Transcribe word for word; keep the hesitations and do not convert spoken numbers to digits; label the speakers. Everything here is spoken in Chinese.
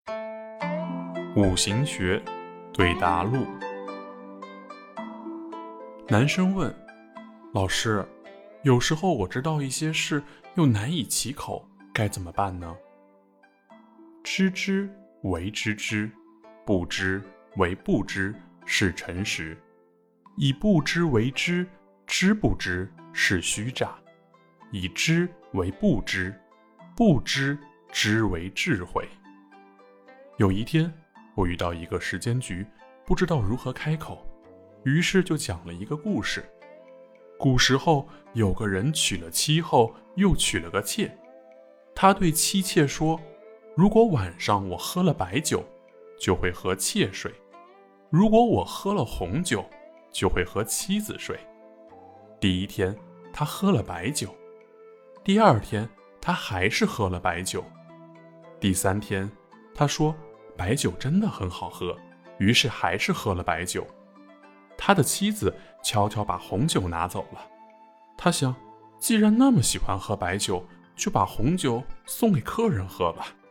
Speaker 1: 五行学对答录。男生问：老师，有时候我知道一些事又难以启口，该怎么办呢？知之为知之，不知为不知，是诚实；以不知为知，知不知是虚诈；以知为不知，不知知为智慧。有一天，我遇到一个时间局，不知道如何开口，于是就讲了一个故事。古时候有个人娶了妻后又娶了个妾，他对妻妾说，如果晚上我喝了白酒，就会和妾睡；如果我喝了红酒，就会和妻子睡。第一天他喝了白酒，第二天他还是喝了白酒，第三天他说白酒真的很好喝，于是还是喝了白酒。他的妻子悄悄把红酒拿走了，他想，既然那么喜欢喝白酒，就把红酒送给客人喝吧。